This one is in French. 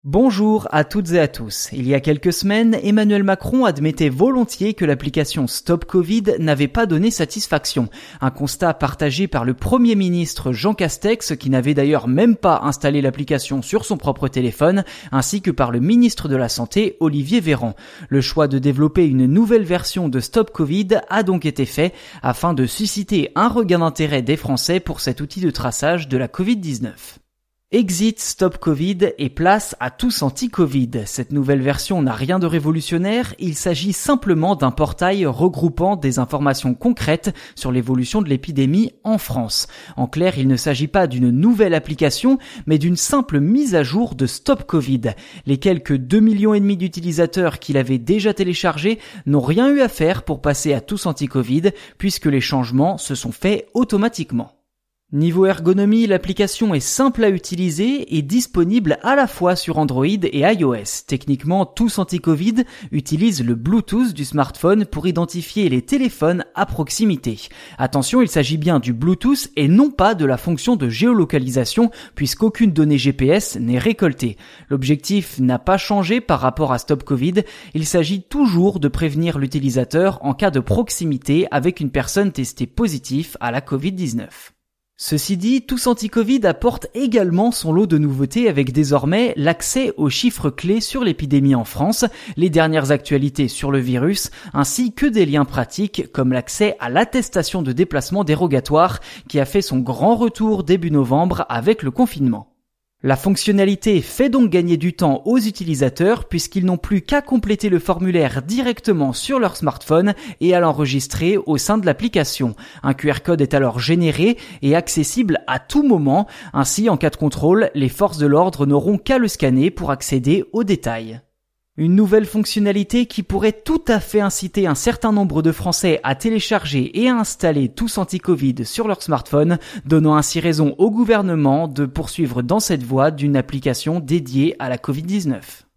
Bonjour à toutes et à tous. Il y a quelques semaines, Emmanuel Macron admettait volontiers que l'application Stop Covid n'avait pas donné satisfaction. Un constat partagé par le Premier ministre Jean Castex, qui n'avait d'ailleurs même pas installé l'application sur son propre téléphone, ainsi que par le ministre de la Santé, Olivier Véran. Le choix de développer une nouvelle version de Stop Covid a donc été fait afin de susciter un regain d'intérêt des Français pour cet outil de traçage de la Covid-19. Exit Stop Covid et place à Tous Anti-Covid. Cette nouvelle version n'a rien de révolutionnaire, il s'agit simplement d'un portail regroupant des informations concrètes sur l'évolution de l'épidémie en France. En clair, il ne s'agit pas d'une nouvelle application, mais d'une simple mise à jour de Stop Covid. Les quelques 2,5 millions d'utilisateurs qui l'avaient déjà téléchargé n'ont rien eu à faire pour passer à Tous Anti-Covid, puisque les changements se sont faits automatiquement. Niveau ergonomie, l'application est simple à utiliser et disponible à la fois sur Android et iOS. Techniquement, Tous Anti-Covid utilise le Bluetooth du smartphone pour identifier les téléphones à proximité. Attention, il s'agit bien du Bluetooth et non pas de la fonction de géolocalisation puisqu'aucune donnée GPS n'est récoltée. L'objectif n'a pas changé par rapport à Stop Covid, il s'agit toujours de prévenir l'utilisateur en cas de proximité avec une personne testée positive à la Covid-19. Ceci dit, Tous Anti-Covid apporte également son lot de nouveautés avec désormais l'accès aux chiffres clés sur l'épidémie en France, les dernières actualités sur le virus, ainsi que des liens pratiques comme l'accès à l'attestation de déplacement dérogatoire qui a fait son grand retour début novembre avec le confinement. La fonctionnalité fait donc gagner du temps aux utilisateurs puisqu'ils n'ont plus qu'à compléter le formulaire directement sur leur smartphone et à l'enregistrer au sein de l'application. Un QR code est alors généré et accessible à tout moment. Ainsi, en cas de contrôle, les forces de l'ordre n'auront qu'à le scanner pour accéder aux détails. Une nouvelle fonctionnalité qui pourrait tout à fait inciter un certain nombre de Français à télécharger et à installer Tous Anti-Covid sur leur smartphone, donnant ainsi raison au gouvernement de poursuivre dans cette voie d'une application dédiée à la Covid-19.